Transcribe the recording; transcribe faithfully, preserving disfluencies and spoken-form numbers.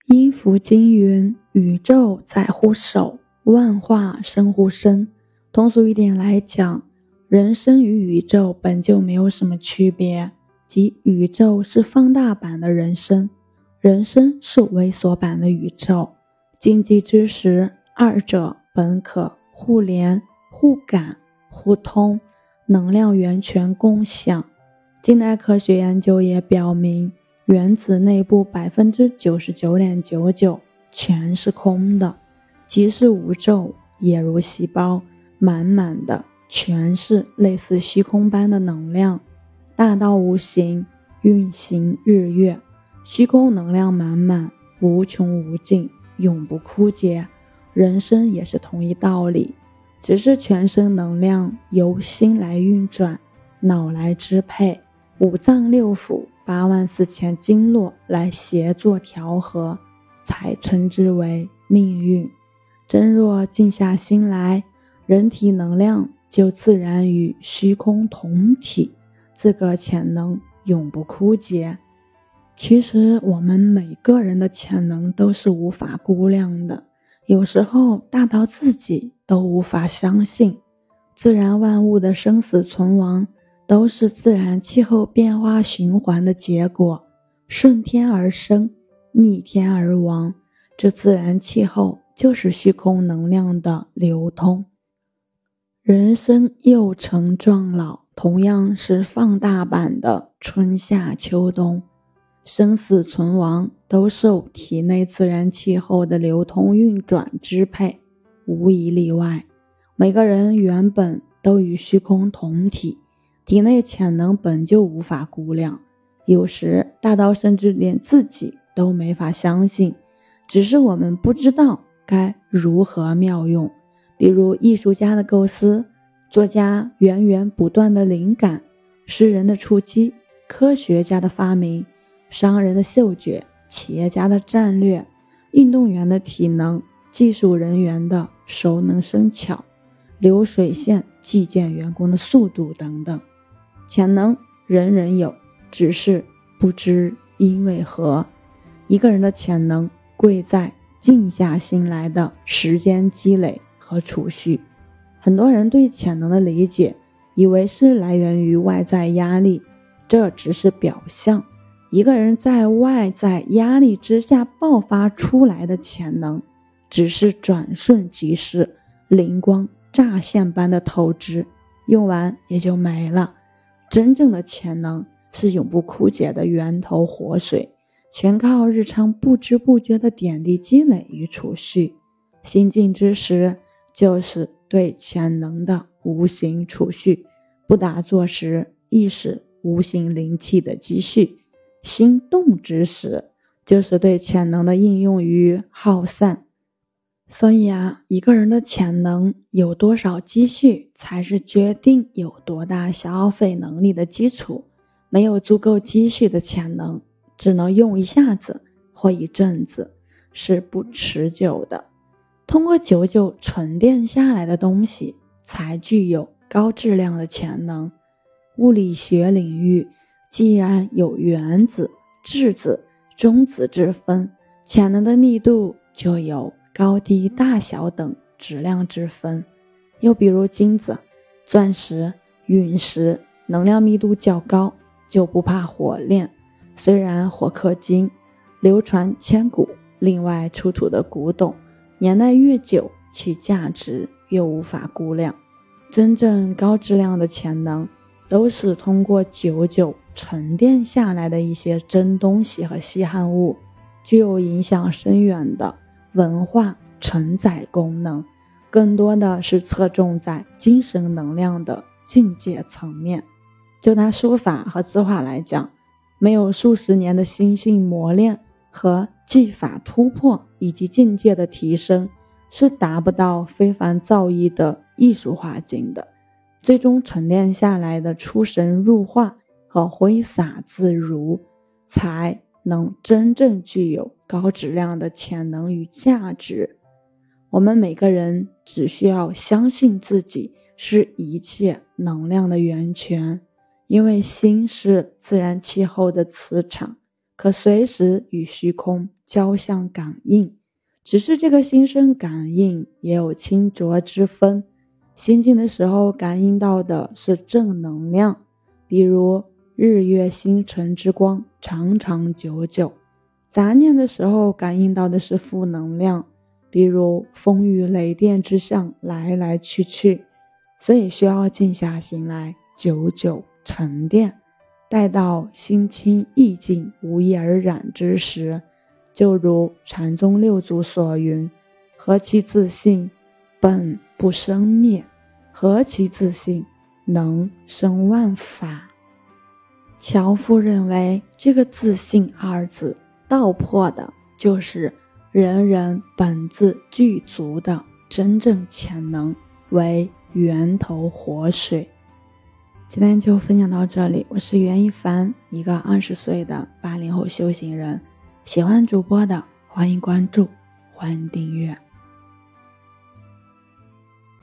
因符经云：宇宙在乎守，万化生乎生。通俗一点来讲，人生与宇宙本就没有什么区别，即宇宙是放大版的人生，人生是微缩版的宇宙。经济之时，二者本可互联、互感、互通，能量源泉共享。近代科学研究也表明，原子内部 百分之九十九点九九 全是空的，即是无皱，也如细胞，满满的全是类似虚空般的能量，大到无形，运行日月，虚空能量满满，无穷无尽，永不枯竭。人生也是同一道理，只是全身能量由心来运转，脑来支配，五脏六腑八万四千经络来协作调和，才称之为命运。真若静下心来，人体能量就自然与虚空同体，自个潜能永不枯竭。其实我们每个人的潜能都是无法估量的，有时候大到自己都无法相信。自然万物的生死存亡都是自然气候变化循环的结果，顺天而生，逆天而亡，这自然气候就是虚空能量的流通。人生幼成壮老，同样是放大版的春夏秋冬，生死存亡都受体内自然气候的流通运转支配，无一例外。每个人原本都与虚空同体，体内潜能本就无法估量，有时大到甚至连自己都没法相信，只是我们不知道该如何妙用。比如艺术家的构思，作家源源不断的灵感，诗人的触击，科学家的发明，商人的嗅觉，企业家的战略，运动员的体能，技术人员的熟能生巧，流水线计件员工的速度等等。潜能人人有，只是不知因为何。一个人的潜能贵在静下心来的时间积累和储蓄。很多人对潜能的理解，以为是来源于外在压力，这只是表象。一个人在外在压力之下爆发出来的潜能，只是转瞬即逝，灵光乍现般的透支，用完也就没了。真正的潜能是永不枯竭的源头活水，全靠日常不知不觉的点滴积累与储蓄。心静之时，就是对潜能的无形储蓄；不打坐时，亦是无形灵气的积蓄。心动之时，就是对潜能的应用与耗散。所以啊，一个人的潜能有多少积蓄，才是决定有多大消费能力的基础。没有足够积蓄的潜能，只能用一下子或一阵子，是不持久的。通过久久沉淀下来的东西，才具有高质量的潜能。物理学领域既然有原子、质子、中子之分，潜能的密度就有高低大小等质量之分。又比如金子、钻石、陨石，能量密度较高，就不怕火炼，虽然火克金，流传千古，另外出土的古董年代越久，其价值越无法估量。真正高质量的潜能，都是通过久久沉淀下来的一些真东西和稀罕物，具有影响深远的文化承载功能，更多的是侧重在精神能量的境界层面。就拿书法和字画来讲，没有数十年的心性磨练和技法突破以及境界的提升，是达不到非凡造诣的艺术画境的。最终沉淀下来的出神入化和挥洒自如，才能真正具有高质量的潜能与价值。我们每个人只需要相信自己是一切能量的源泉，因为心是自然气候的磁场， 可随时与虚空交相感应。只是这个心生感应也有清浊之分，心静的时候感应到的是正能量，比如日月星辰之光长长久久；杂念的时候感应到的是负能量，比如风雨雷电之象来来去去。所以需要静下心来，久久沉淀，待到心清意境无一而染之时，就如禅宗六祖所云：何其自信，本不生灭；何其自信，能生万法。樵夫认为这个自信二字道破的就是人人本自具足的真正潜能，为源头活水。今天就分享到这里，我是袁一凡，一个二十岁的八零后修行人。喜欢主播的欢迎关注，欢迎订阅。